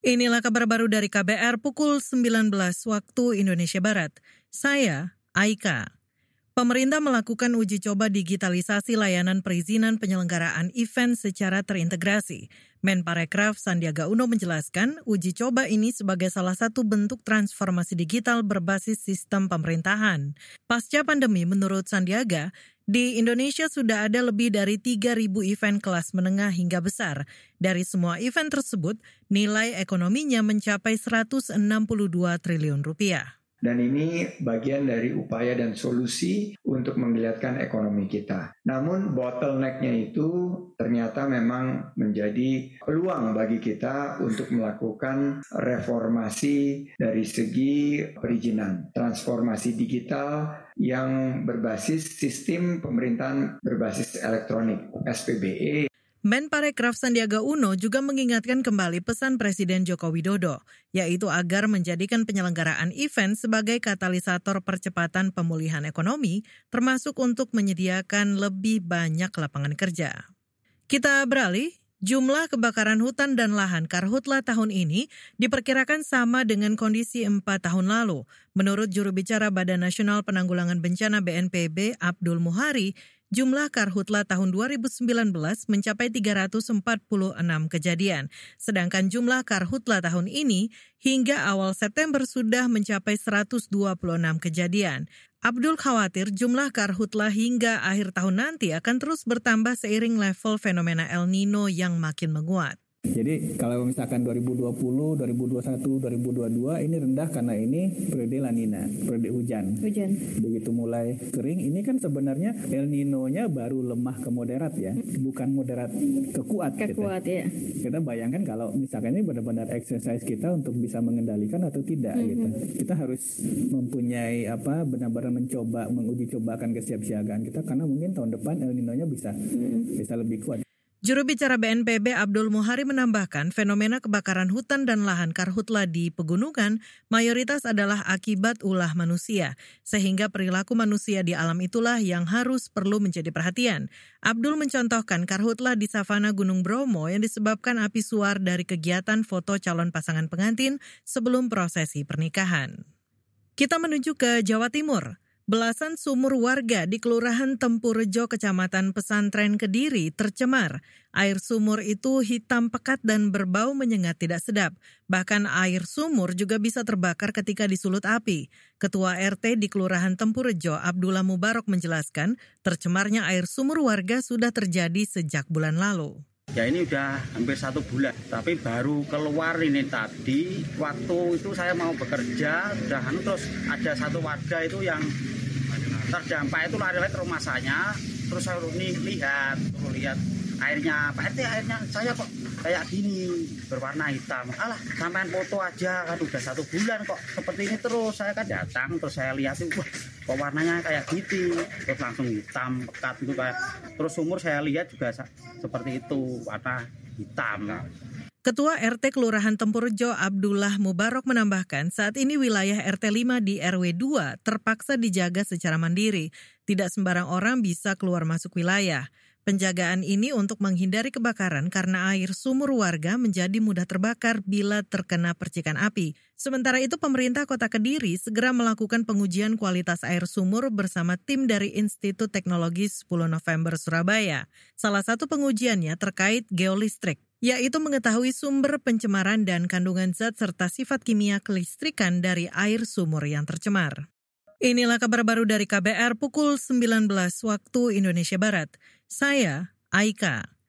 Inilah kabar baru dari KBR pukul 19 waktu Indonesia Barat. Saya, Aika. Pemerintah melakukan uji coba digitalisasi layanan perizinan penyelenggaraan event secara terintegrasi. Menparekraf Sandiaga Uno menjelaskan uji coba ini sebagai salah satu bentuk transformasi digital berbasis sistem pemerintahan. Pasca pandemi, menurut Sandiaga, di Indonesia sudah ada lebih dari 3.000 event kelas menengah hingga besar. Dari semua event tersebut, nilai ekonominya mencapai 162 triliun rupiah. Dan ini bagian dari upaya dan solusi untuk menggeliatkan ekonomi kita. Namun bottleneck-nya itu ternyata memang menjadi peluang bagi kita untuk melakukan reformasi dari segi perizinan. Transformasi digital yang berbasis sistem pemerintahan berbasis elektronik, SPBE. Menparekraf Sandiaga Uno juga mengingatkan kembali pesan Presiden Joko Widodo, yaitu agar menjadikan penyelenggaraan event sebagai katalisator percepatan pemulihan ekonomi, termasuk untuk menyediakan lebih banyak lapangan kerja. Kita beralih, jumlah kebakaran hutan dan lahan Karhutla tahun ini diperkirakan sama dengan kondisi 4 tahun lalu. Menurut juru bicara Badan Nasional Penanggulangan Bencana BNPB, Abdul Muhari, jumlah Karhutla tahun 2019 mencapai 346 kejadian. Sedangkan jumlah Karhutla tahun ini hingga awal September sudah mencapai 126 kejadian. Abdul khawatir jumlah Karhutla hingga akhir tahun nanti akan terus bertambah seiring level fenomena El Nino yang makin menguat. Jadi kalau misalkan 2020, 2021, 2022 ini rendah karena ini periode La Nina, periode hujan. Begitu mulai kering, ini kan sebenarnya El Nino-nya baru lemah ke moderat ya, bukan moderat ke kuat. Ya. Kita bayangkan kalau misalkan ini benar-benar exercise kita untuk bisa mengendalikan atau tidak gitu. Kita harus mempunyai benar-benar mencoba menguji cobakan kesiapsiagaan kita karena mungkin tahun depan El Nino-nya bisa lebih kuat. Juru bicara BNPB Abdul Muhari menambahkan fenomena kebakaran hutan dan lahan Karhutla di pegunungan mayoritas adalah akibat ulah manusia, sehingga perilaku manusia di alam itulah yang perlu menjadi perhatian. Abdul mencontohkan Karhutla di savana Gunung Bromo yang disebabkan api suar dari kegiatan foto calon pasangan pengantin sebelum prosesi pernikahan. Kita menuju ke Jawa Timur. Belasan sumur warga di Kelurahan Tempurejo, Kecamatan Pesantren Kediri tercemar. Air sumur itu hitam pekat dan berbau menyengat tidak sedap. Bahkan air sumur juga bisa terbakar ketika disulut api. Ketua RT di Kelurahan Tempurejo, Abdullah Mubarok menjelaskan, tercemarnya air sumur warga sudah terjadi sejak bulan lalu. Ya ini udah hampir 1 bulan, tapi baru keluar ini tadi. Waktu itu saya mau bekerja, terus ada satu warga itu yang terdampak itu lari-lari ke rumah saya. Terus saya lihat airnya, Pak RT airnya saya kok kayak gini, berwarna hitam. Alah, sampean foto aja, kan udah 1 bulan kok seperti ini terus. Saya kan datang, terus saya lihat itu, wah kok warnanya kayak gitu, terus langsung hitam, pekat gitu kayak. Terus sumur saya lihat juga seperti itu, warna hitam. Ketua RT Kelurahan Tempurejo Abdullah Mubarok menambahkan saat ini wilayah RT 5 di RW 2 terpaksa dijaga secara mandiri. Tidak sembarang orang bisa keluar masuk wilayah. Penjagaan ini untuk menghindari kebakaran karena air sumur warga menjadi mudah terbakar bila terkena percikan api. Sementara itu pemerintah Kota Kediri segera melakukan pengujian kualitas air sumur bersama tim dari Institut Teknologi 10 November Surabaya. Salah satu pengujiannya terkait geolistrik, yaitu mengetahui sumber pencemaran dan kandungan zat serta sifat kimia kelistrikan dari air sumur yang tercemar. Inilah kabar baru dari KBR pukul 19 waktu Indonesia Barat. Saya, Aika.